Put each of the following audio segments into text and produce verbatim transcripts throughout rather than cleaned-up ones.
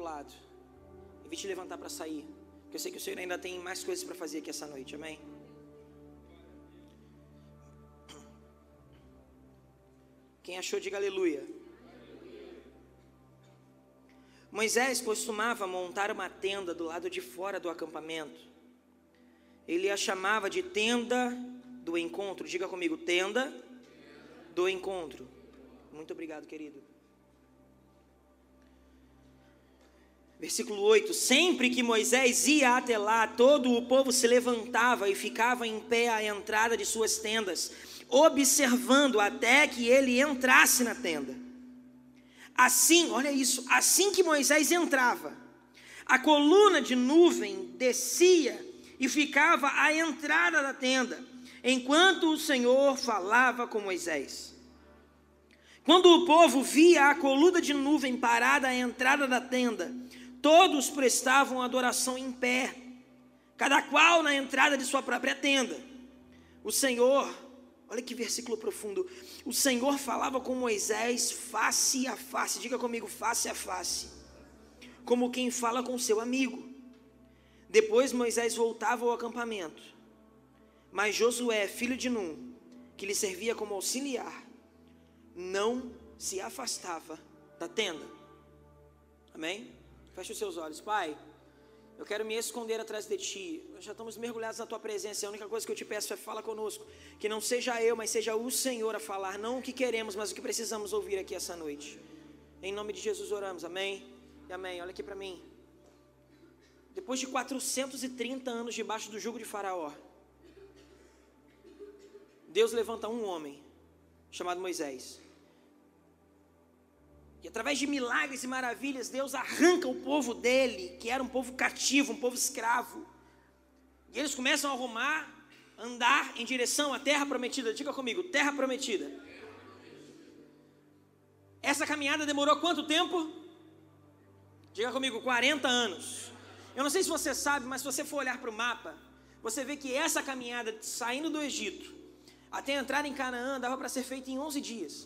lado e vim te levantar para sair, porque eu sei que o Senhor ainda tem mais coisas para fazer aqui essa noite, amém? Quem achou, diga aleluia. Moisés costumava montar uma tenda do lado de fora do acampamento. Ele a chamava de tenda do encontro. Diga comigo, tenda do encontro. Muito obrigado, querido. Versículo oito. Sempre que Moisés ia até lá, todo o povo se levantava e ficava em pé à entrada de suas tendas, observando até que ele entrasse na tenda. Assim, olha isso, assim que Moisés entrava, a coluna de nuvem descia e ficava à entrada da tenda, enquanto o Senhor falava com Moisés. Quando o povo via a coluna de nuvem parada à entrada da tenda, todos prestavam adoração em pé, cada qual na entrada de sua própria tenda. O Senhor, olha que versículo profundo, o Senhor falava com Moisés face a face, diga comigo, face a face, como quem fala com seu amigo. Depois Moisés voltava ao acampamento, mas Josué, filho de Num, que lhe servia como auxiliar, não se afastava da tenda. Amém? Feche os seus olhos. Pai, eu quero me esconder atrás de Ti. Nós já estamos mergulhados na Tua presença. A única coisa que eu te peço é fala conosco. Que não seja eu, mas seja o Senhor a falar. Não o que queremos, mas o que precisamos ouvir aqui essa noite. Em nome de Jesus oramos. Amém? E amém. Olha aqui para mim. Depois de quatrocentos e trinta anos debaixo do jugo de Faraó, Deus levanta um homem chamado Moisés. E através de milagres e maravilhas, Deus arranca o povo dele, que era um povo cativo, um povo escravo. E eles começam a arrumar, andar em direção à terra prometida. Diga comigo, terra prometida. Essa caminhada demorou quanto tempo? Diga comigo, quarenta anos. Eu não sei se você sabe, mas se você for olhar para o mapa, você vê que essa caminhada saindo do Egito até entrar em Canaã dava para ser feita em onze dias.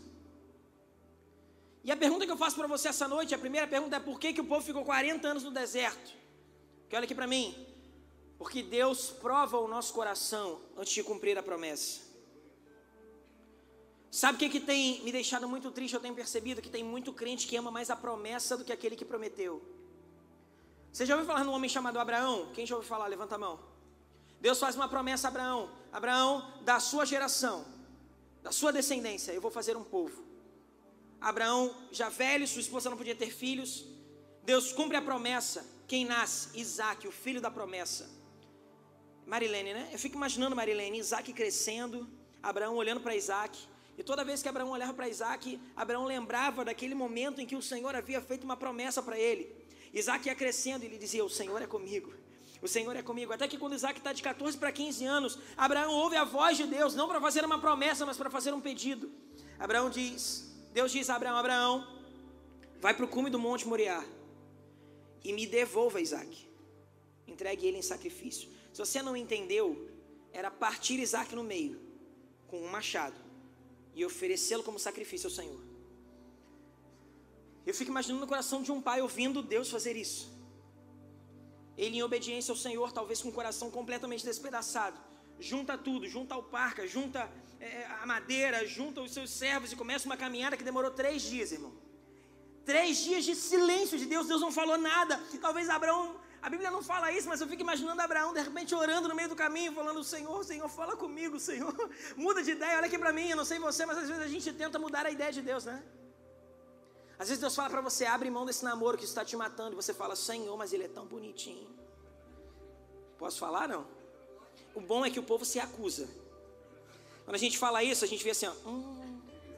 E a pergunta que eu faço para você essa noite, a primeira pergunta é por que, que o povo ficou quarenta anos no deserto? Porque olha aqui para mim, porque Deus prova o nosso coração antes de cumprir a promessa. Sabe o que, que tem me deixado muito triste? Eu tenho percebido que tem muito crente que ama mais a promessa do que aquele que prometeu. Você já ouviu falar num homem chamado Abraão? Quem já ouviu falar? Levanta a mão. Deus faz uma promessa a Abraão. Abraão, da sua geração, da sua descendência, eu vou fazer um povo. Abraão, já velho, sua esposa não podia ter filhos. Deus cumpre a promessa. Quem nasce? Isaac, o filho da promessa. Marilene, né? Eu fico imaginando Marilene, Isaac crescendo, Abraão olhando para Isaac. E toda vez que Abraão olhava para Isaac, Abraão lembrava daquele momento em que o Senhor havia feito uma promessa para ele. Isaac ia crescendo e ele dizia, o Senhor é comigo. O Senhor é comigo. Até que quando Isaac está de catorze para quinze anos, Abraão ouve a voz de Deus, não para fazer uma promessa, mas para fazer um pedido. Abraão diz... Deus diz a Abraão, Abraão, vai para o cume do Monte Moriá e me devolva Isaac. Entregue ele em sacrifício. Se você não entendeu, era partir Isaac no meio, com um machado, e oferecê-lo como sacrifício ao Senhor. Eu fico imaginando no coração de um pai ouvindo Deus fazer isso. Ele em obediência ao Senhor, talvez com o coração completamente despedaçado. Junta tudo, junta o parca, junta é, a madeira, junta os seus servos e começa uma caminhada que demorou três dias, irmão. Três dias de silêncio de Deus, Deus não falou nada. Talvez Abraão, a Bíblia não fala isso, mas eu fico imaginando Abraão de repente orando no meio do caminho, falando, Senhor, Senhor, fala comigo, Senhor. Muda de ideia, olha aqui para mim, eu não sei você, mas às vezes a gente tenta mudar a ideia de Deus, né? Às vezes Deus fala para você, abre mão desse namoro que está te matando, e você fala, Senhor, mas ele é tão bonitinho. Posso falar, não? O bom é que o povo se acusa. Quando a gente fala isso, a gente vê assim, ó, hum,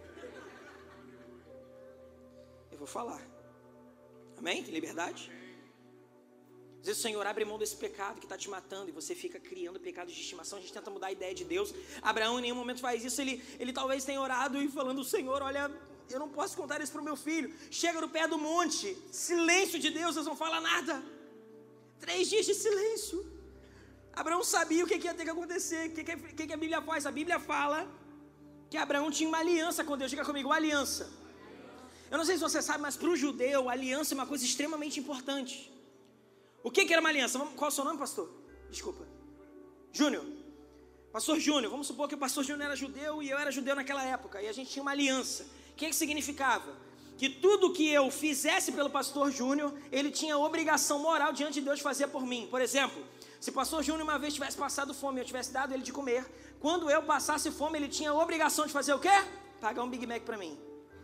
eu vou falar. Amém? Tem liberdade? Às vezes o Senhor abre mão desse pecado que está te matando e você fica criando pecados de estimação. A gente tenta mudar a ideia de Deus. Abraão em nenhum momento faz isso. Ele, ele talvez tenha orado e falando, Senhor, olha, eu não posso contar isso para o meu filho. Chega no pé do monte, silêncio de Deus, Deus não fala nada. Três dias de silêncio. Abraão sabia o que ia ter que acontecer. O que, que, que a Bíblia faz? A Bíblia fala que Abraão tinha uma aliança com Deus. Diga comigo, uma aliança. Eu não sei se você sabe, mas para o judeu, a aliança é uma coisa extremamente importante. O que, que era uma aliança? Qual é o seu nome, pastor? Desculpa. Júnior. Pastor Júnior. Vamos supor que o pastor Júnior era judeu e eu era judeu naquela época. E a gente tinha uma aliança. O que, que significava? Que tudo que eu fizesse pelo pastor Júnior, ele tinha obrigação moral diante de Deus de fazer por mim. Por exemplo, se o pastor Júnior uma vez tivesse passado fome e eu tivesse dado ele de comer, quando eu passasse fome, ele tinha a obrigação de fazer o quê? Pagar um Big Mac para mim.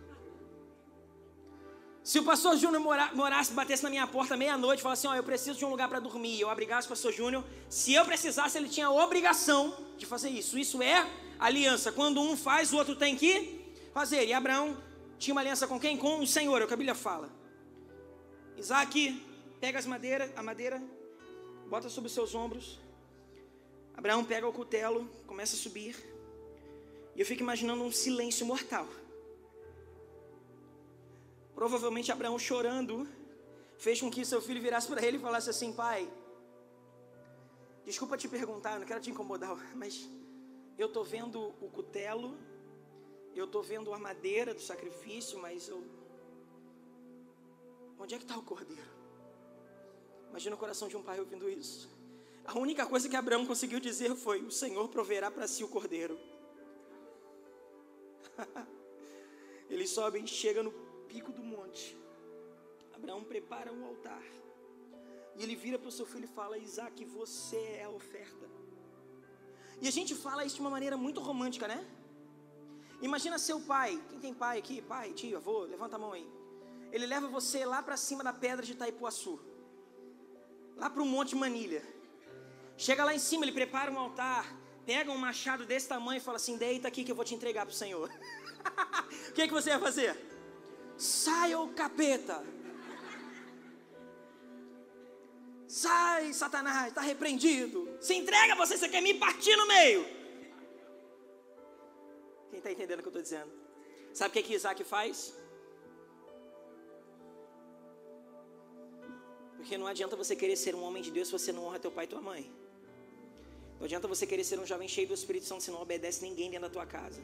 Se o pastor Júnior mora, morasse, batesse na minha porta meia-noite e falasse assim, ó, eu preciso de um lugar para dormir, e eu abrigasse o pastor Júnior, se eu precisasse, ele tinha a obrigação de fazer isso. Isso é aliança. Quando um faz, o outro tem que fazer. E Abraão tinha uma aliança com quem? Com o Senhor, é o que a Bíblia fala. Isaac pega as madeira, a madeira, bota sobre os seus ombros. Abraão pega o cutelo, começa a subir. E eu fico imaginando um silêncio mortal. Provavelmente Abraão chorando fez com que seu filho virasse para ele e falasse assim, pai, desculpa te perguntar, eu não quero te incomodar, mas eu estou vendo o cutelo, eu estou vendo a madeira do sacrifício, mas eu... onde é que está o cordeiro? Imagina o coração de um pai ouvindo isso. A única coisa que Abraão conseguiu dizer foi, o Senhor proverá para si o cordeiro. Eles sobem, chegam no pico do monte. Abraão prepara um altar. E ele vira para o seu filho e fala, Isaac, você é a oferta. E a gente fala isso de uma maneira muito romântica, né? Imagina seu pai, quem tem pai aqui? Pai, tio, avô, levanta a mão aí. Ele leva você lá para cima da pedra de Itaipuaçu. Lá para o Monte Manilha. Chega lá em cima, ele prepara um altar, pega um machado desse tamanho e fala assim, deita aqui que eu vou te entregar para o Senhor. O que, que você vai fazer? Sai, ô capeta. Sai, Satanás, está repreendido. Se entrega você, você quer me partir no meio. Quem está entendendo o que eu estou dizendo? Sabe o que, que Isaac faz? Porque não adianta você querer ser um homem de Deus se você não honra teu pai e tua mãe. Não adianta você querer ser um jovem cheio do Espírito Santo se não obedece ninguém dentro da tua casa.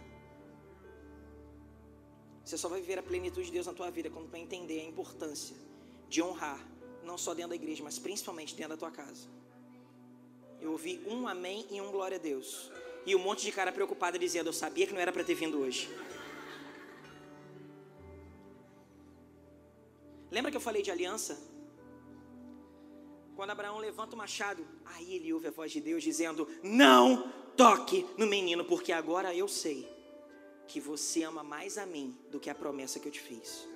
Você só vai viver a plenitude de Deus na tua vida quando tu entender a importância de honrar, não só dentro da igreja, mas principalmente dentro da tua casa. Eu ouvi um amém e um glória a Deus. E um monte de cara preocupada dizendo, eu sabia que não era para ter vindo hoje. Lembra que eu falei de aliança? Quando Abraão levanta o machado, aí ele ouve a voz de Deus dizendo, não toque no menino, porque agora eu sei que você ama mais a mim do que a promessa que eu te fiz.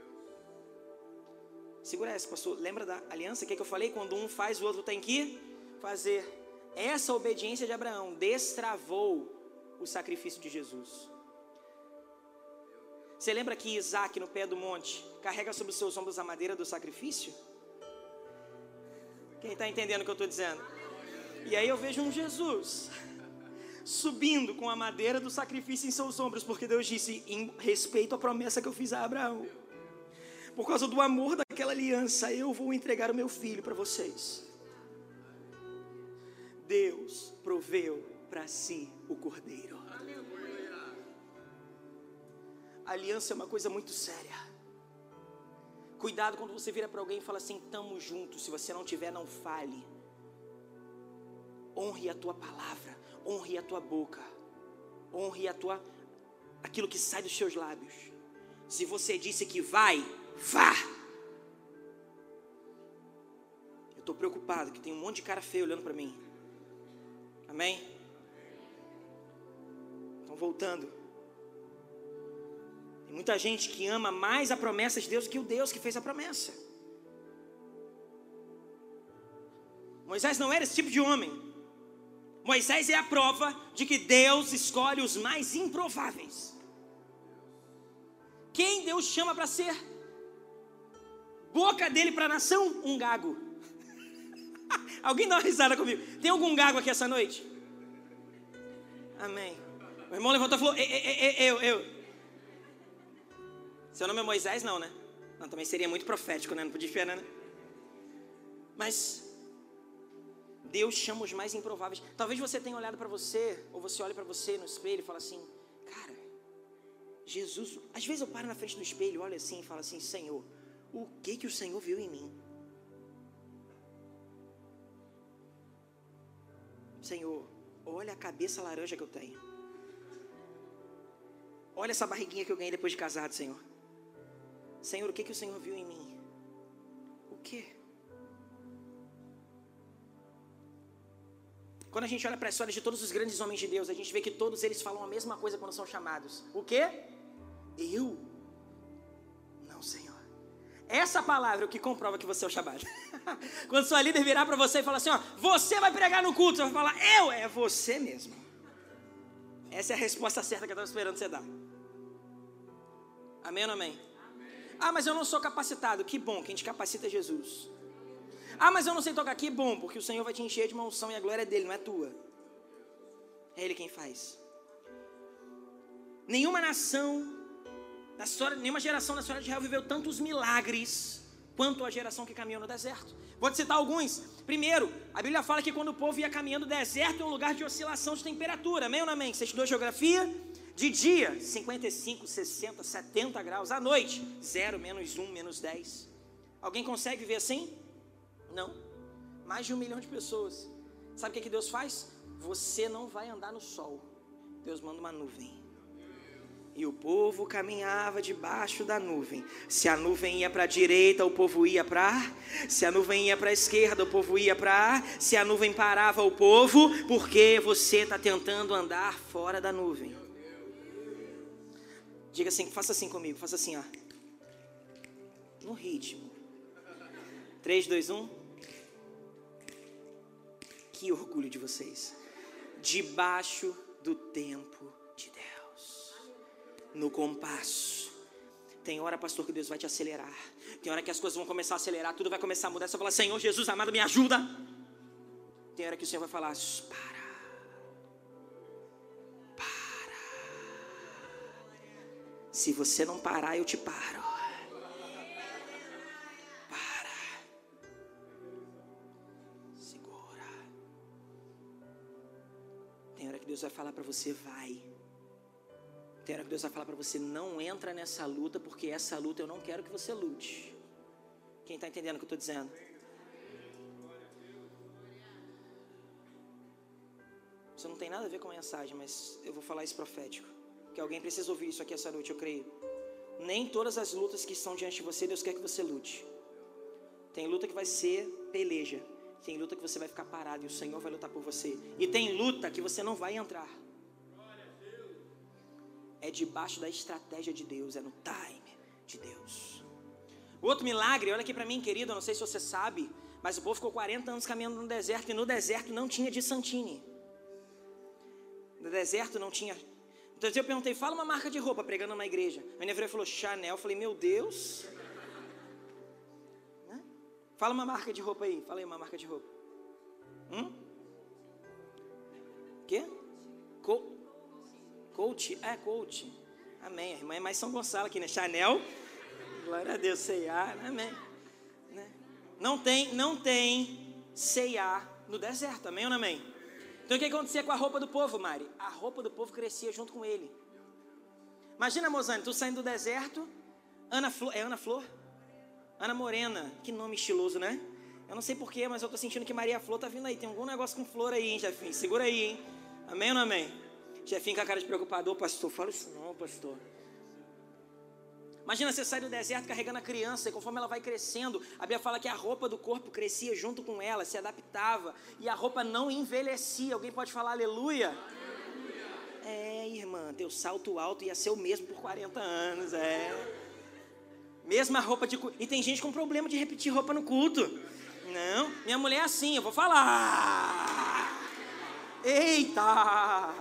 Segura essa, pastor. Lembra da aliança? O que, é que eu falei? Quando um faz, o outro tem que fazer. Essa obediência de Abraão destravou o sacrifício de Jesus. Você lembra que Isaac, no pé do monte, carrega sobre os seus ombros a madeira do sacrifício? Quem está entendendo o que eu estou dizendo? E aí eu vejo um Jesus subindo com a madeira do sacrifício em seus ombros, porque Deus disse, em respeito à promessa que eu fiz a Abraão, por causa do amor daquela aliança, eu vou entregar o meu filho para vocês. Deus proveu para si o cordeiro. A aliança é uma coisa muito séria. Cuidado quando você vira para alguém e fala assim, tamo junto, se você não tiver, não fale. Honre a tua palavra, honre a tua boca, honre a tua, aquilo que sai dos seus lábios. Se você disse que vai, vá. Eu estou preocupado que tem um monte de cara feio olhando para mim. Amém? Então voltando. Tem muita gente que ama mais a promessa de Deus do que o Deus que fez a promessa. Moisés não era esse tipo de homem. Moisés é a prova de que Deus escolhe os mais improváveis. Quem Deus chama para ser boca dele para a nação? Um gago. Alguém dá uma risada comigo. Tem algum gago aqui essa noite? Amém. O irmão levantou e falou, eu, eu, eu. Seu nome é Moisés? Não, né? Não, também seria muito profético, né? Não podia esperar, né? Mas Deus chama os mais improváveis. Talvez você tenha olhado para você, ou você olhe para você no espelho e fala assim, cara, Jesus, às vezes eu paro na frente do espelho, olho assim e falo assim, Senhor, o que que o Senhor viu em mim? Senhor, olha a cabeça laranja que eu tenho. Olha essa barriguinha que eu ganhei depois de casado, Senhor. Senhor, o que que o Senhor viu em mim? O quê? Quando a gente olha para a história de todos os grandes homens de Deus, a gente vê que todos eles falam a mesma coisa quando são chamados. O quê? Eu? Não, Senhor. Essa palavra é o que comprova que você é o chamado. Quando sua líder virar para você e falar assim, ó, você vai pregar no culto, você vai falar, eu, é você mesmo. Essa é a resposta certa que eu estava esperando você dar. Amém ou não amém? Amém? Ah, mas eu não sou capacitado. Que bom, quem te capacita é Jesus. Ah, mas eu não sei tocar. Que bom, porque o Senhor vai te encher de uma unção e a glória é dele, não é tua. É Ele quem faz. Nenhuma nação, na história, nenhuma geração da história de Israel viveu tantos milagres quanto a geração que caminhou no deserto. Vou te citar alguns. Primeiro, a Bíblia fala que quando o povo ia caminhando, o deserto é um lugar de oscilação de temperatura. Amém ou não amém? Você estudou geografia? De dia, cinquenta e cinco, sessenta, setenta graus. À noite, zero, menos um, menos dez. Alguém consegue viver assim? Não. Mais de um milhão de pessoas. Sabe o que, que Deus faz? Você não vai andar no sol. Deus manda uma nuvem. E o povo caminhava debaixo da nuvem. Se a nuvem ia para a direita, o povo ia para... Se a nuvem ia para a esquerda, o povo ia para... Se a nuvem parava, o povo... Porque você está tentando andar fora da nuvem. Diga assim, faça assim comigo, faça assim, ó. No ritmo. três, dois, um. Que orgulho de vocês. Debaixo do tempo de Deus. No compasso. Tem hora, pastor, que Deus vai te acelerar. Tem hora que as coisas vão começar a acelerar, tudo vai começar a mudar. Você vai falar, Senhor Jesus amado, me ajuda. Tem hora que o Senhor vai falar, para. Para. Se você não parar, eu te paro. Para. Segura. Tem hora que Deus vai falar para você, vai. Tem hora que Deus vai falar para você, não entra nessa luta, porque essa luta eu não quero que você lute. Quem está entendendo o que eu estou dizendo? Isso não tem nada a ver com a mensagem, mas eu vou falar isso profético. Que alguém precisa ouvir isso aqui essa noite, eu creio. Nem todas as lutas que estão diante de você, Deus quer que você lute. Tem luta que vai ser peleja. Tem luta que você vai ficar parado e o Senhor vai lutar por você. E tem luta que você não vai entrar. É debaixo da estratégia de Deus, é no time de Deus. O outro milagre, olha aqui para mim, querido, eu não sei se você sabe, mas o povo ficou quarenta anos caminhando no deserto, e no deserto não tinha de Santini. No deserto não tinha. Então eu perguntei, fala uma marca de roupa, pregando numa igreja. A minha filha falou, Chanel. Eu falei, meu Deus. Né? Fala uma marca de roupa aí, fala aí uma marca de roupa. Hum? Quê? Co Coach, é Coach, amém, a irmã é mais São Gonçalo aqui, né, Chanel, glória a Deus, C e A, amém, né? Não tem, não tem C e A no deserto, amém ou não amém? Então o que acontecia com a roupa do povo, Mari? A roupa do povo crescia junto com ele. Imagina, Mozane, tu saindo do deserto, Ana Flor, é Ana Flor? Ana Morena, que nome estiloso, né? Eu não sei porquê, mas eu tô sentindo que Maria Flor tá vindo aí, tem algum negócio com flor aí, hein, Jefinho, segura aí, hein, amém ou não amém? Jefinho com a cara de preocupado, ô pastor, fala isso não, pastor. Imagina você sair do deserto carregando a criança, e conforme ela vai crescendo, a Bíblia fala que a roupa do corpo crescia junto com ela, se adaptava, e a roupa não envelhecia. Alguém pode falar aleluia? Aleluia. É, irmã, teu salto alto ia ser o mesmo por quarenta anos, é. Mesma roupa de culto. E tem gente com problema de repetir roupa no culto. Não, minha mulher é assim, eu vou falar. Eita!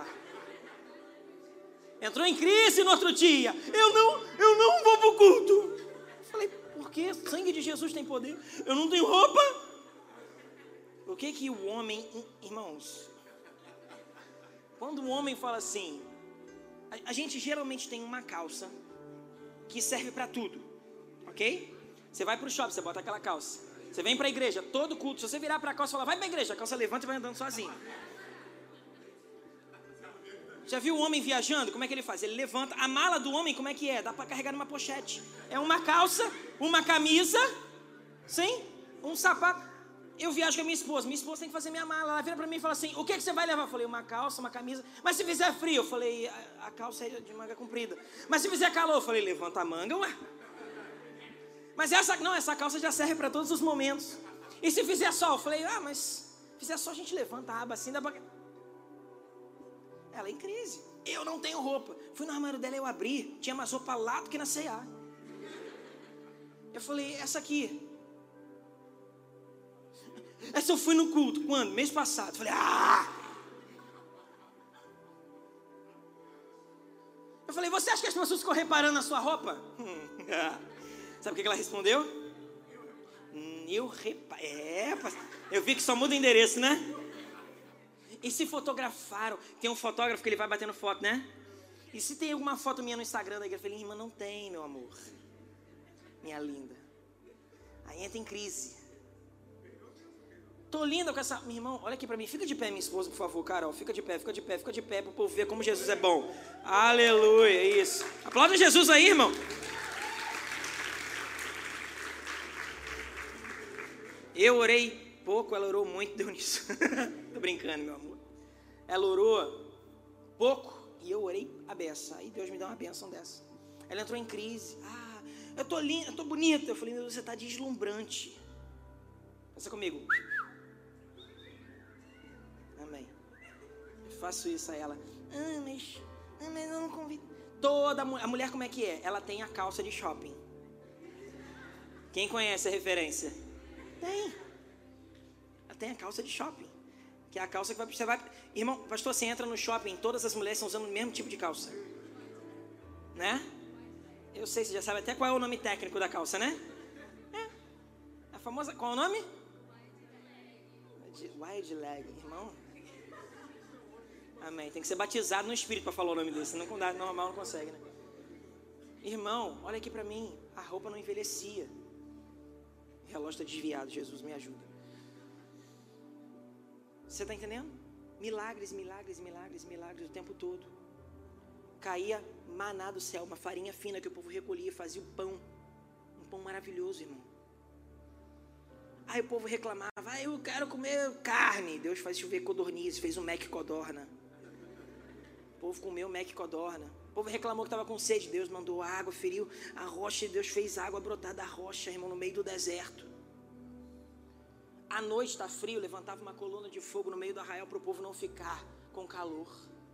Entrou em crise no outro dia. Eu não, eu não vou para o culto. Eu falei, por quê? Sangue de Jesus tem poder. Eu não tenho roupa. O que que o homem... Irmãos, quando o homem fala assim... A, a gente geralmente tem uma calça que serve para tudo. Ok? Você vai para o shopping, você bota aquela calça. Você vem para a igreja, todo culto. Se você virar para a calça e falar, vai para a igreja, a calça levanta e vai andando sozinho. Já viu o homem viajando? Como é que ele faz? Ele levanta. A mala do homem, como é que é? Dá para carregar numa pochete. É uma calça, uma camisa, sim, um sapato. Eu viajo com a minha esposa. Minha esposa tem que fazer minha mala. Ela vira para mim e fala assim: o que, é que você vai levar? Eu falei: uma calça, uma camisa. Mas se fizer frio? Eu falei: a, a calça é de manga comprida. Mas se fizer calor? Eu falei: levanta a manga, ué. Mas essa, não, essa calça já serve para todos os momentos. E se fizer sol? Eu falei: ah, mas se fizer sol a gente levanta a aba assim, dá pra... Ela é em crise. Eu não tenho roupa. Fui no armário dela, eu abri. Tinha mais roupa lá do que na C e A. Eu falei: essa aqui. Essa eu fui no culto. Quando? Mês passado. Eu falei: ah! Eu falei: você acha que as pessoas ficam reparando na sua roupa? Sabe o que ela respondeu? Eu repa... É, eu vi que só muda o endereço, né? E se fotografaram? Tem um fotógrafo que ele vai batendo foto, né? E se tem alguma foto minha no Instagram da igreja? Eu falei: irmã, não tem, meu amor. Minha linda. Aí entra em crise. Tô linda com essa... Meu irmão, olha aqui pra mim. Fica de pé, minha esposa, por favor, Carol. Fica de pé, fica de pé, fica de pé, pro povo ver como Jesus é bom. Aleluia, isso. Aplauda Jesus aí, irmão. Eu orei pouco, ela orou muito, deu nisso. Tô brincando, meu amor. Ela orou pouco e eu orei a beça. Aí Deus me deu uma bênção dessa. Ela entrou em crise. Ah, eu tô linda, eu tô bonita. Eu falei: meu Deus, você tá deslumbrante. Pensa comigo. Amém. Eu faço isso a ela. Ah, mas, ah, mas eu não convido. Toda a mulher, a mulher como é que é? Ela tem a calça de shopping. Quem conhece a referência? Tem. Ela tem a calça de shopping. Que é a calça que vai, você vai... Irmão, pastor, você entra no shopping, todas as mulheres estão usando o mesmo tipo de calça. Né? Eu sei, você já sabe até qual é o nome técnico da calça, né? É. A famosa... Qual é o nome? Wide leg, irmão. Amém. Tem que ser batizado no Espírito para falar o nome desse. Não dá, normal não consegue, né? Irmão, olha aqui para mim. A roupa não envelhecia. O relógio está desviado. Jesus, me ajuda. Você está entendendo? Milagres, milagres, milagres, milagres o tempo todo. Caía maná do céu, uma farinha fina que o povo recolhia e fazia o pão. Um pão maravilhoso, irmão. Aí o povo reclamava: ah, eu quero comer carne. Deus faz chover codorniz, fez um Mac Codorna. O povo comeu Mac Codorna. O povo reclamou que estava com sede. Deus mandou água, feriu a rocha e Deus fez água brotar da rocha, irmão, no meio do deserto. À noite está frio, levantava uma coluna de fogo no meio do arraial para o povo não ficar com calor.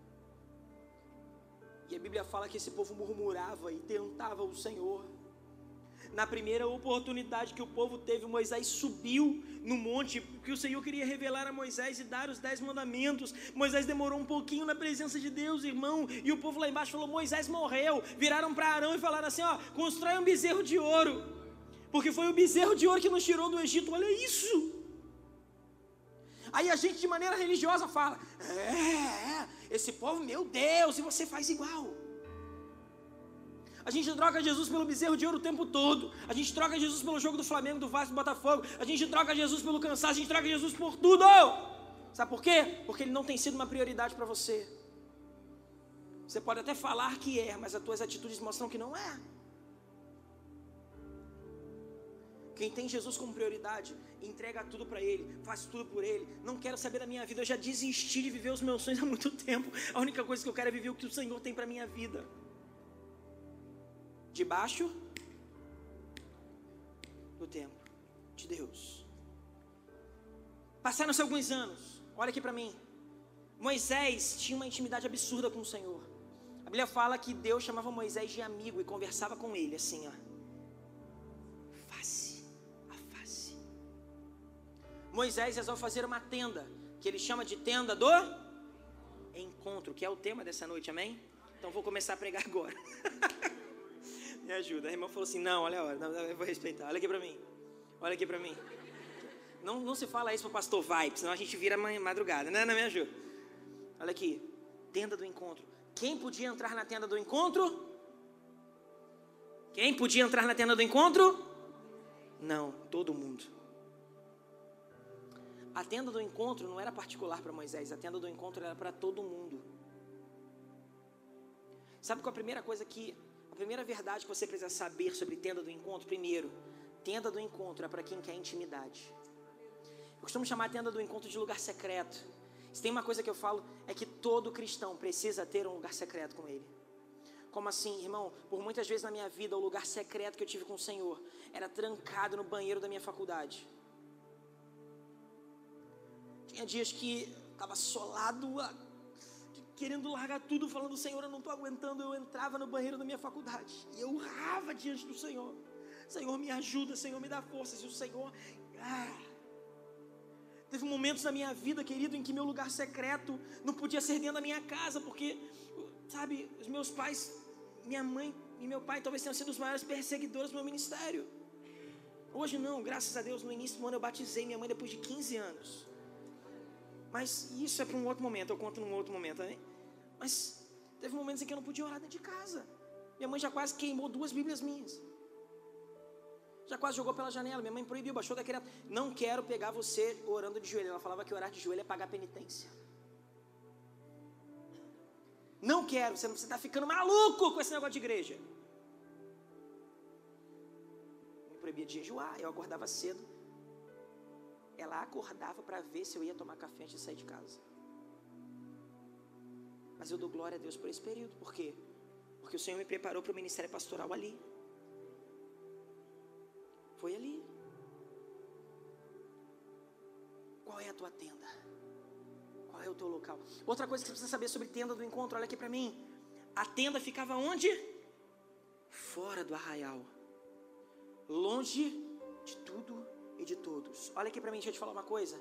E a Bíblia fala que esse povo murmurava e tentava o Senhor. Na primeira oportunidade que o povo teve, Moisés subiu no monte, porque o Senhor queria revelar a Moisés e dar os dez mandamentos. Moisés demorou um pouquinho na presença de Deus, irmão, e o povo lá embaixo falou: Moisés morreu. Viraram para Arão e falaram assim: ó, constrói um bezerro de ouro, porque foi o bezerro de ouro que nos tirou do Egito. Olha isso. Aí a gente de maneira religiosa fala: é, esse povo, meu Deus, e você faz igual. A gente troca Jesus pelo bezerro de ouro o tempo todo. A gente troca Jesus pelo jogo do Flamengo, do Vasco, do Botafogo. A gente troca Jesus pelo cansaço. A gente troca Jesus por tudo. Sabe por quê? Porque ele não tem sido uma prioridade para você. Você pode até falar que é, mas as tuas atitudes mostram que não é. Quem tem Jesus como prioridade, entrega tudo para Ele, faz tudo por Ele. Não quero saber da minha vida, eu já desisti de viver os meus sonhos há muito tempo. A única coisa que eu quero é viver o que o Senhor tem para minha vida. Debaixo do tempo de Deus. Passaram-se alguns anos. Olha aqui para mim. Moisés tinha uma intimidade absurda com o Senhor. A Bíblia fala que Deus chamava Moisés de amigo e conversava com ele assim, ó, face a face. Moisés resolve fazer uma tenda, que ele chama de tenda do encontro, que é o tema dessa noite, amém? Então vou começar a pregar agora. Me ajuda. A irmã falou assim: não, olha a hora, não, eu vou respeitar. Olha aqui pra mim. Olha aqui pra mim. Não, não se fala isso pro pastor Vibe, senão a gente vira madrugada, né? Não me ajuda. Olha aqui. Tenda do encontro. Quem podia entrar na tenda do encontro? Quem podia entrar na tenda do encontro? Não, todo mundo. A tenda do encontro não era particular para Moisés. A tenda do encontro era para todo mundo. Sabe qual é a primeira coisa que, a primeira verdade que você precisa saber sobre tenda do encontro? Primeiro, tenda do encontro é para quem quer intimidade. Eu costumo chamar a tenda do encontro de lugar secreto. Se tem uma coisa que eu falo, é que todo cristão precisa ter um lugar secreto com Ele. Como assim, irmão? Por muitas vezes na minha vida, o lugar secreto que eu tive com o Senhor era trancado no banheiro da minha faculdade. Tinha dias que estava assolado, querendo largar tudo, falando: Senhor, eu não estou aguentando. Eu entrava no banheiro da minha faculdade e eu urrava diante do Senhor: Senhor, me ajuda, Senhor, me dá forças. E o Senhor... Ah, teve momentos na minha vida, querido, em que meu lugar secreto não podia ser dentro da minha casa, porque, sabe, os meus pais, minha mãe e meu pai talvez tenham sido os maiores perseguidores do meu ministério. Hoje não, graças a Deus. No início do ano eu batizei minha mãe depois de quinze anos. Mas isso é para um outro momento, eu conto num outro momento, né? Mas teve momentos em que eu não podia orar dentro de casa. Minha mãe já quase queimou duas bíblias minhas. Já quase jogou pela janela. Minha mãe proibiu, baixou daquele... Não quero pegar você orando de joelho. Ela falava que orar de joelho é pagar penitência. Não quero, você está ficando maluco com esse negócio de igreja. Me proibia de jejuar, eu acordava cedo. Ela acordava para ver se eu ia tomar café antes de sair de casa. Mas eu dou glória a Deus por esse período. Por quê? Porque o Senhor me preparou para o ministério pastoral ali. Foi ali. Qual é a tua tenda? Qual é o teu local? Outra coisa que você precisa saber sobre tenda do encontro, olha aqui para mim. A tenda ficava onde? Fora do arraial. Longe de tudo e de todos. Olha aqui para mim, deixa eu te falar uma coisa.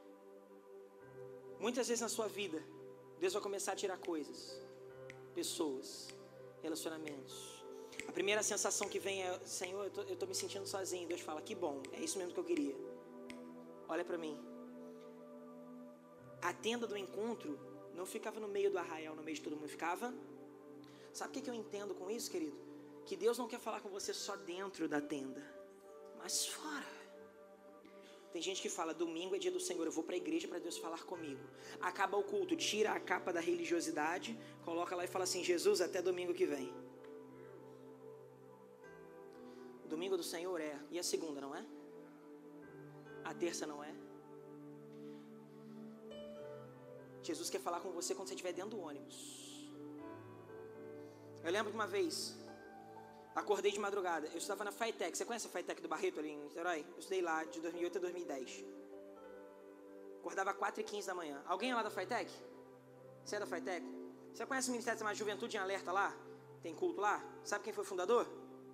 Muitas vezes na sua vida, Deus vai começar a tirar coisas, pessoas, relacionamentos. A primeira sensação que vem é: Senhor, eu tô, eu tô me sentindo sozinho. Deus fala: que bom, é isso mesmo que eu queria. Olha para mim. A tenda do encontro não ficava no meio do arraial, no meio de todo mundo. Ficava... Sabe o que, que eu entendo com isso, querido? Que Deus não quer falar com você só dentro da tenda, mas fora. Tem gente que fala: domingo é dia do Senhor, eu vou para a igreja para Deus falar comigo. Acaba o culto, tira a capa da religiosidade, coloca lá e fala assim: Jesus, até domingo que vem. O domingo do Senhor é. E a segunda não é? A terça não é? Jesus quer falar com você quando você estiver dentro do ônibus. Eu lembro que uma vez acordei de madrugada. Eu estava na Fitec. Você conhece a Fitec do Barreto ali em Niterói? Eu estudei lá de dois mil e oito a dois mil e dez. Acordava às quatro e quinze da manhã. Alguém é lá da Fitec? Você é da Fitec? Você conhece o Ministério da Juventude em Alerta lá? Tem culto lá? Sabe quem foi o fundador?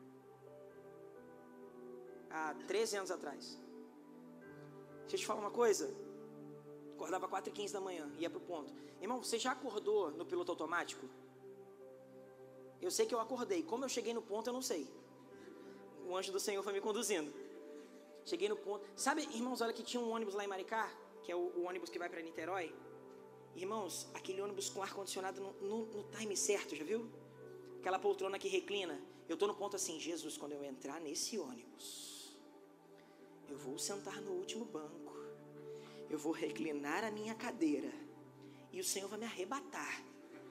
Há treze anos atrás. Deixa eu te falar uma coisa. Acordava às quatro e quinze da manhã, ia pro ponto. Irmão, você já acordou no piloto automático? Eu sei que eu acordei. Como eu cheguei no ponto, eu não sei. O anjo do Senhor foi me conduzindo. Cheguei no ponto. Sabe, irmãos, olha que tinha um ônibus lá em Maricá, que é o, o ônibus que vai para Niterói. Irmãos, aquele ônibus com ar-condicionado no, no, no time certo, já viu? Aquela poltrona que reclina. Eu tô no ponto assim: Jesus, quando eu entrar nesse ônibus, eu vou sentar no último banco. Eu vou reclinar a minha cadeira e o Senhor vai me arrebatar.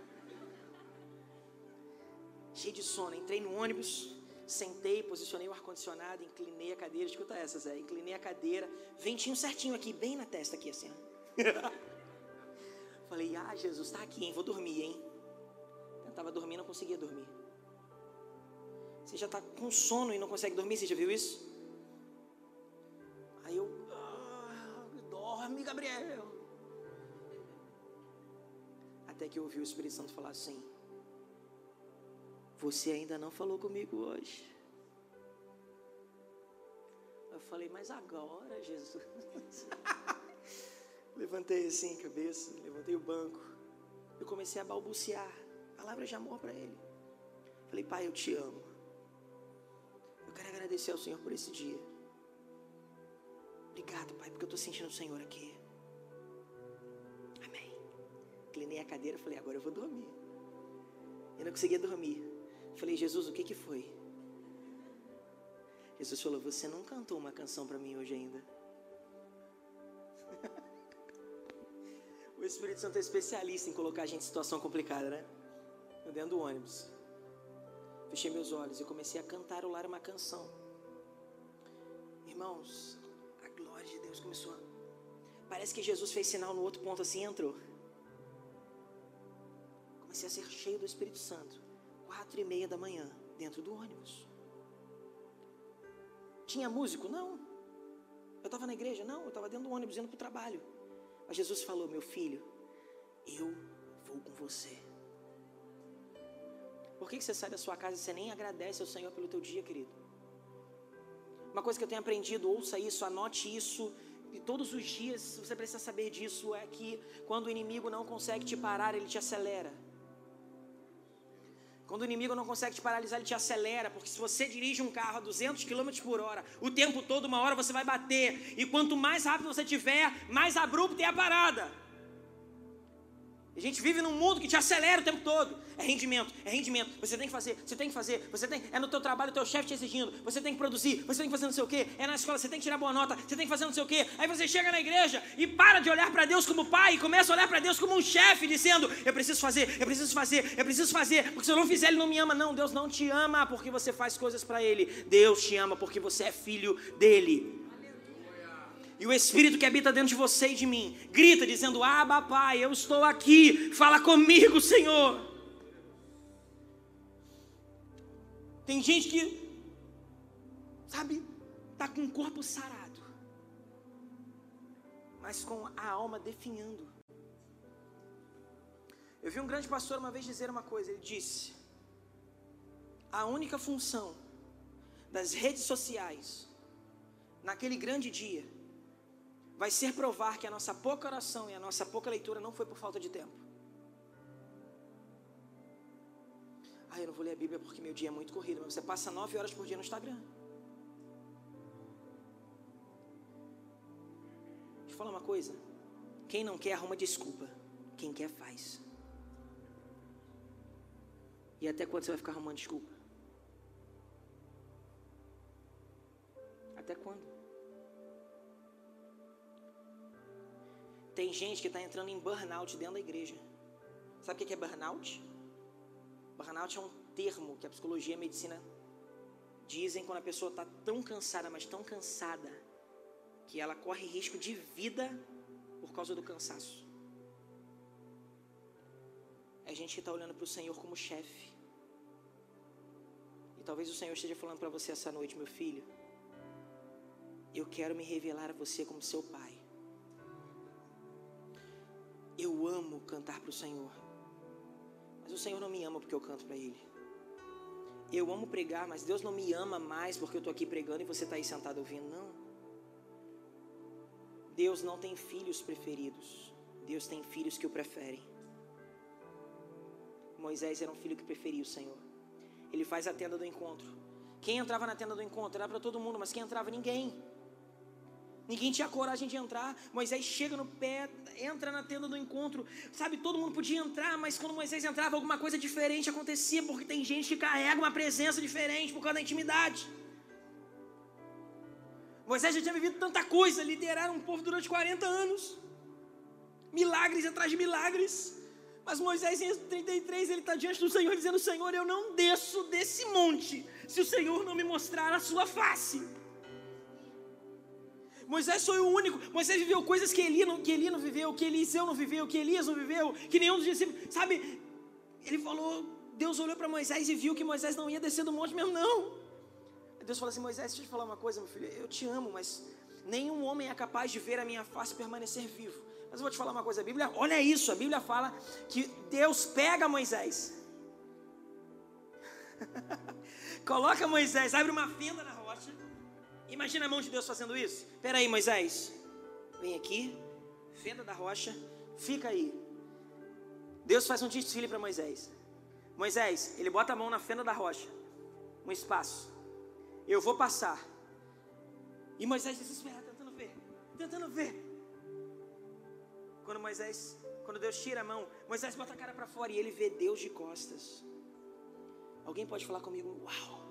Cheio de sono, entrei no ônibus, sentei, posicionei o ar-condicionado, inclinei a cadeira. Escuta essa, Zé. Inclinei a cadeira, ventinho certinho aqui, bem na testa aqui assim. Falei: ah, Jesus, tá aqui, hein? Vou dormir, hein? Tentava dormir, não conseguia dormir. Você já tá com sono e não consegue dormir? Você já viu isso? Aí eu... dorme, Gabriel. Até que eu ouvi o Espírito Santo falar assim: você ainda não falou comigo hoje. Eu falei: mas agora, Jesus. Levantei assim a cabeça, levantei o banco. Eu comecei a balbuciar palavras de amor para ele. Falei: Pai, eu te amo. Eu quero agradecer ao Senhor por esse dia. Obrigado, Pai, porque eu estou sentindo o Senhor aqui. Amém. Inclinei a cadeira, falei: agora eu vou dormir. Eu não conseguia dormir. Falei: Jesus, o que que foi? Jesus falou: você não cantou uma canção para mim hoje ainda. O Espírito Santo é especialista em colocar a gente em situação complicada, né? Eu dentro do ônibus. Fechei meus olhos e comecei a cantarolar uma canção. Irmãos, a glória de Deus começou a... Parece que Jesus fez sinal no outro ponto assim, entrou. Comecei a ser cheio do Espírito Santo. Quatro e meia da manhã, dentro do ônibus. Tinha músico? Não. Eu estava na igreja? Não, eu estava dentro do ônibus, indo para o trabalho. Mas Jesus falou, meu filho, eu vou com você. Por que você sai da sua casa e você nem agradece ao Senhor pelo teu dia, querido? Uma coisa que eu tenho aprendido, ouça isso, anote isso, e todos os dias você precisa saber disso, é que quando o inimigo não consegue te parar, ele te acelera. Quando o inimigo não consegue te paralisar, ele te acelera, porque se você dirige um carro a duzentos quilômetros por hora, o tempo todo, uma hora você vai bater, e quanto mais rápido você tiver, mais abrupta é a parada. A gente vive num mundo que te acelera o tempo todo. É rendimento, é rendimento. Você tem que fazer, você tem que fazer, você tem. É no teu trabalho, o teu chefe te exigindo. Você tem que produzir, você tem que fazer não sei o quê. É na escola, você tem que tirar boa nota, você tem que fazer não sei o quê. Aí você chega na igreja e para de olhar para Deus como pai e começa a olhar para Deus como um chefe, dizendo: eu preciso fazer, eu preciso fazer, eu preciso fazer, porque se eu não fizer, Ele não me ama. Não, Deus não te ama porque você faz coisas para Ele. Deus te ama porque você é filho dEle. E o Espírito que habita dentro de você e de mim grita dizendo: Abba, Pai, eu estou aqui, fala comigo, Senhor. Tem gente que, sabe, está com o corpo sarado, mas com a alma definhando. Eu vi um grande pastor uma vez dizer uma coisa, ele disse: a única função das redes sociais naquele grande dia vai ser provar que a nossa pouca oração e a nossa pouca leitura não foi por falta de tempo. Ah, eu não vou ler a Bíblia porque meu dia é muito corrido. Mas você passa nove horas por dia no Instagram. Deixa eu falar uma coisa. Quem não quer arruma desculpa. Quem quer faz. E até quando você vai ficar arrumando desculpa? Até quando? Tem gente que está entrando em burnout dentro da igreja. Sabe o que é burnout? Burnout é um termo que a psicologia e a medicina dizem quando a pessoa está tão cansada, mas tão cansada, que ela corre risco de vida por causa do cansaço. É gente que está olhando para o Senhor como chefe. E talvez o Senhor esteja falando para você essa noite: meu filho, eu quero me revelar a você como seu pai. Eu amo cantar para o Senhor, mas o Senhor não me ama porque eu canto para Ele. Eu amo pregar, mas Deus não me ama mais porque eu estou aqui pregando e você está aí sentado ouvindo. Não. Deus não tem filhos preferidos. Deus tem filhos que o preferem. Moisés era um filho que preferia o Senhor. Ele faz a tenda do encontro. Quem entrava na tenda do encontro? Era para todo mundo, mas quem entrava? Ninguém. Ninguém tinha coragem de entrar. Moisés chega no pé, entra na tenda do encontro. Sabe, todo mundo podia entrar, mas quando Moisés entrava, alguma coisa diferente acontecia, porque tem gente que carrega uma presença diferente por causa da intimidade. Moisés já tinha vivido tanta coisa, liderar um povo durante quarenta anos. Milagres atrás de milagres. Mas Moisés, em trinta e três, ele está diante do Senhor, dizendo: Senhor, eu não desço desse monte, se o Senhor não me mostrar a sua face. Moisés foi o único. Moisés viveu coisas que Eli não, que Eli não viveu, que Eliseu não viveu, que Elias não viveu, que nenhum dos discípulos, sabe? Ele falou, Deus olhou para Moisés e viu que Moisés não ia descer do monte mesmo, não. Deus falou assim: Moisés, deixa eu te falar uma coisa, meu filho, eu te amo, mas nenhum homem é capaz de ver a minha face e permanecer vivo. Mas eu vou te falar uma coisa, a Bíblia, olha isso, a Bíblia fala que Deus pega Moisés, coloca Moisés, abre uma fenda na rocha. Imagina a mão de Deus fazendo isso. Espera aí, Moisés, vem aqui, fenda da rocha, fica aí. Deus faz um desfile para Moisés. Moisés, ele bota a mão na fenda da rocha, um espaço. Eu vou passar. E Moisés desespera, tentando ver, tentando ver. Quando Moisés, quando Deus tira a mão, Moisés bota a cara para fora e ele vê Deus de costas. Alguém pode falar comigo? Uau!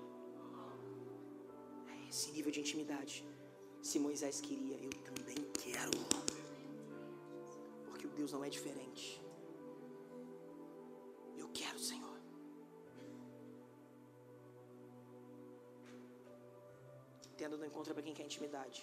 É esse nível de intimidade. Se Moisés queria, eu também quero. Porque o Deus não é diferente. Eu quero, Senhor. tenda do encontro é para quem quer intimidade.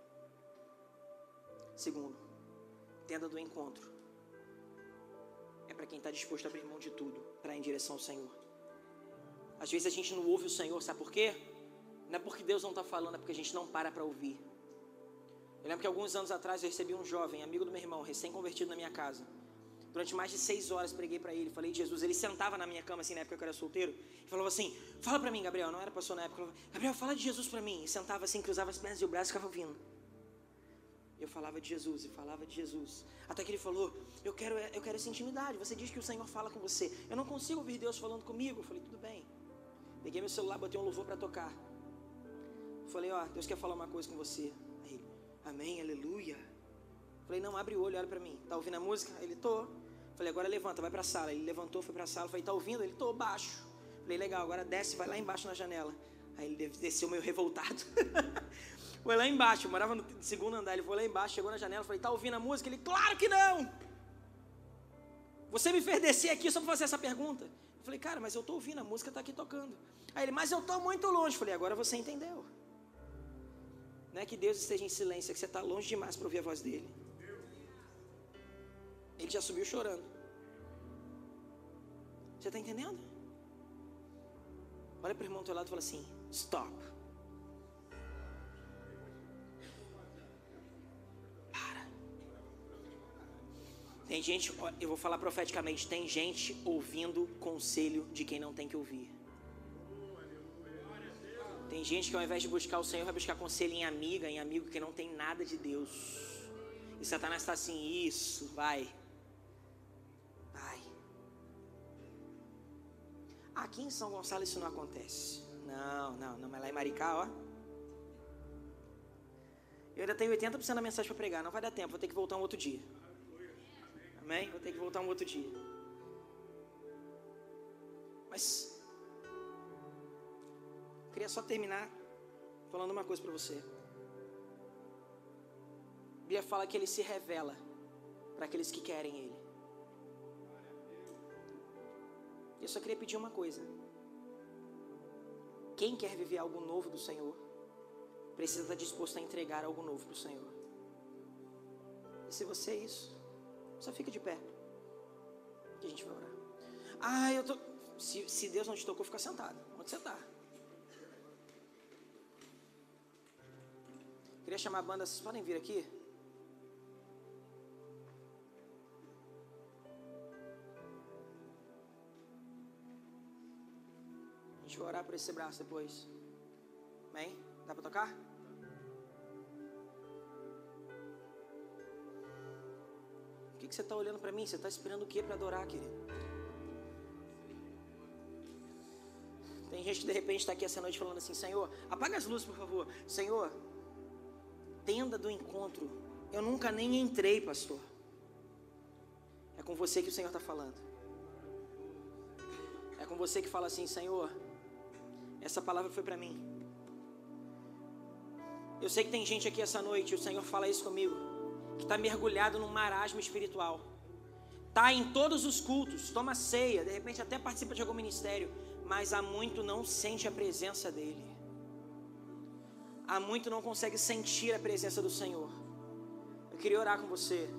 Segundo, tenda do encontro é para quem está disposto a abrir mão de tudo para ir em direção ao Senhor. Às vezes a gente não ouve o Senhor, sabe por quê? Não é porque Deus não está falando, é porque a gente não para para ouvir. Eu lembro que alguns anos atrás eu recebi um jovem, amigo do meu irmão, recém-convertido na minha casa. Durante mais de seis horas preguei para ele, falei de Jesus. Ele sentava na minha cama, assim, na época que eu era solteiro, e falava assim: fala para mim, Gabriel. Não era pastor na época. Falava, Gabriel, fala de Jesus para mim. E sentava assim, cruzava as pernas e o braço e ficava ouvindo. Eu falava de Jesus e falava de Jesus. Até que ele falou: eu quero, eu quero essa intimidade. Você diz que o Senhor fala com você. Eu não consigo ouvir Deus falando comigo. Eu falei: tudo bem. Peguei meu celular, botei um louvor para tocar. Falei: ó, Deus quer falar uma coisa com você. Aí ele: amém, aleluia. Falei: não, abre o olho, olha para mim. Tá ouvindo a música? Ele: tô. Falei: agora levanta, vai para a sala. Ele levantou, foi para a sala. Falei: tá ouvindo? Ele: tô, baixo. Falei: legal, agora desce, vai lá embaixo na janela. Aí ele desceu meio revoltado. Foi lá embaixo, eu morava no segundo andar. Ele foi lá embaixo, chegou na janela. Falei: tá ouvindo a música? Ele: claro que não. Você me fez descer aqui só para fazer essa pergunta? Eu falei: cara, mas eu tô ouvindo, a música tá aqui tocando. Aí ele: mas eu tô muito longe. Falei: agora você entendeu. Não é que Deus esteja em silêncio, é que você está longe demais para ouvir a voz dele. Ele já subiu chorando. Você está entendendo? Olha para o irmão do teu lado e fala assim: stop. Para. Tem gente, eu vou falar profeticamente, tem gente ouvindo conselho de quem não tem que ouvir. Tem gente que ao invés de buscar o Senhor, vai buscar conselho em amiga, em amigo que não tem nada de Deus. E Satanás está assim: isso, vai. Vai. Aqui em São Gonçalo isso não acontece. Não, não, não, mas lá em Maricá, ó. Eu ainda tenho oitenta por cento da mensagem para pregar, não vai dar tempo, vou ter que voltar um outro dia. Amém? Vou ter que voltar um outro dia. Mas queria só terminar falando uma coisa para você. A Bíblia fala que Ele se revela para aqueles que querem Ele. Eu só queria pedir uma coisa. Quem quer viver algo novo do Senhor, precisa estar disposto a entregar algo novo para o Senhor. E se você é isso, só fica de pé, que a gente vai orar. Ah, eu tô... Se, se Deus não te tocou, fica sentado. Onde você está? Queria chamar a banda, vocês podem vir aqui? A gente vai orar por esse braço depois. Amém? Dá para tocar? O que, que você está olhando para mim? Você está esperando o que para adorar, querido? Tem gente que de repente está aqui essa noite falando assim: Senhor, apaga as luzes por favor. Senhor, tenda do encontro, eu nunca nem entrei, pastor. É com você que o Senhor está falando. É com você que fala assim: Senhor, essa palavra foi para mim. Eu sei que tem gente aqui essa noite, o Senhor fala isso comigo, que está mergulhado num marasmo espiritual. Está em todos os cultos, toma ceia, de repente até participa de algum ministério, mas há muito não sente a presença dEle. Há muito não consegue sentir a presença do Senhor. Eu queria orar com você.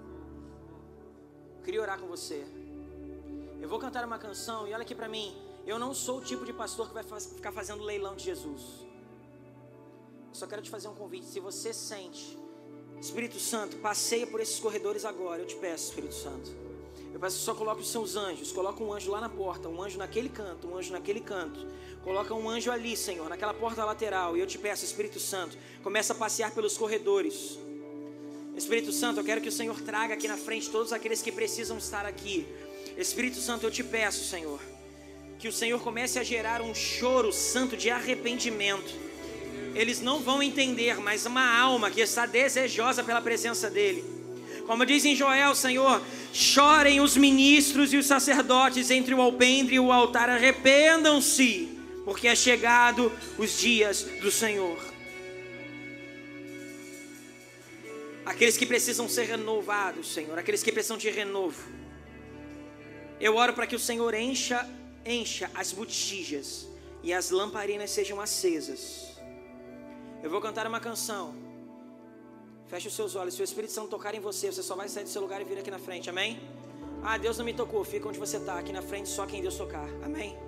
Eu queria orar com você. Eu vou cantar uma canção e olha aqui para mim. Eu não sou o tipo de pastor que vai ficar fazendo leilão de Jesus. Eu só quero te fazer um convite. Se você sente, Espírito Santo, passeia por esses corredores agora. Eu te peço, Espírito Santo. Eu peço que só coloque os seus anjos. Coloca um anjo lá na porta, um anjo naquele canto, um anjo naquele canto. Coloca um anjo ali, Senhor, naquela porta lateral. E eu te peço, Espírito Santo, começa a passear pelos corredores. Espírito Santo, eu quero que o Senhor traga aqui na frente todos aqueles que precisam estar aqui. Espírito Santo, eu te peço, Senhor, que o Senhor comece a gerar um choro santo de arrependimento. Eles não vão entender, mas uma alma que está desejosa pela presença dEle. Como diz em Joel, Senhor, chorem os ministros e os sacerdotes entre o alpendre e o altar, arrependam-se, porque é chegado os dias do Senhor. Aqueles que precisam ser renovados, Senhor, aqueles que precisam de renovo. Eu oro para que o Senhor encha, encha as botijas e as lamparinas sejam acesas. Eu vou cantar uma canção. Feche os seus olhos. Se o Espírito Santo tocar em você, você só vai sair do seu lugar e vir aqui na frente, amém? Ah, Deus não me tocou. Fica onde você está, aqui na frente, só quem Deus tocar, amém?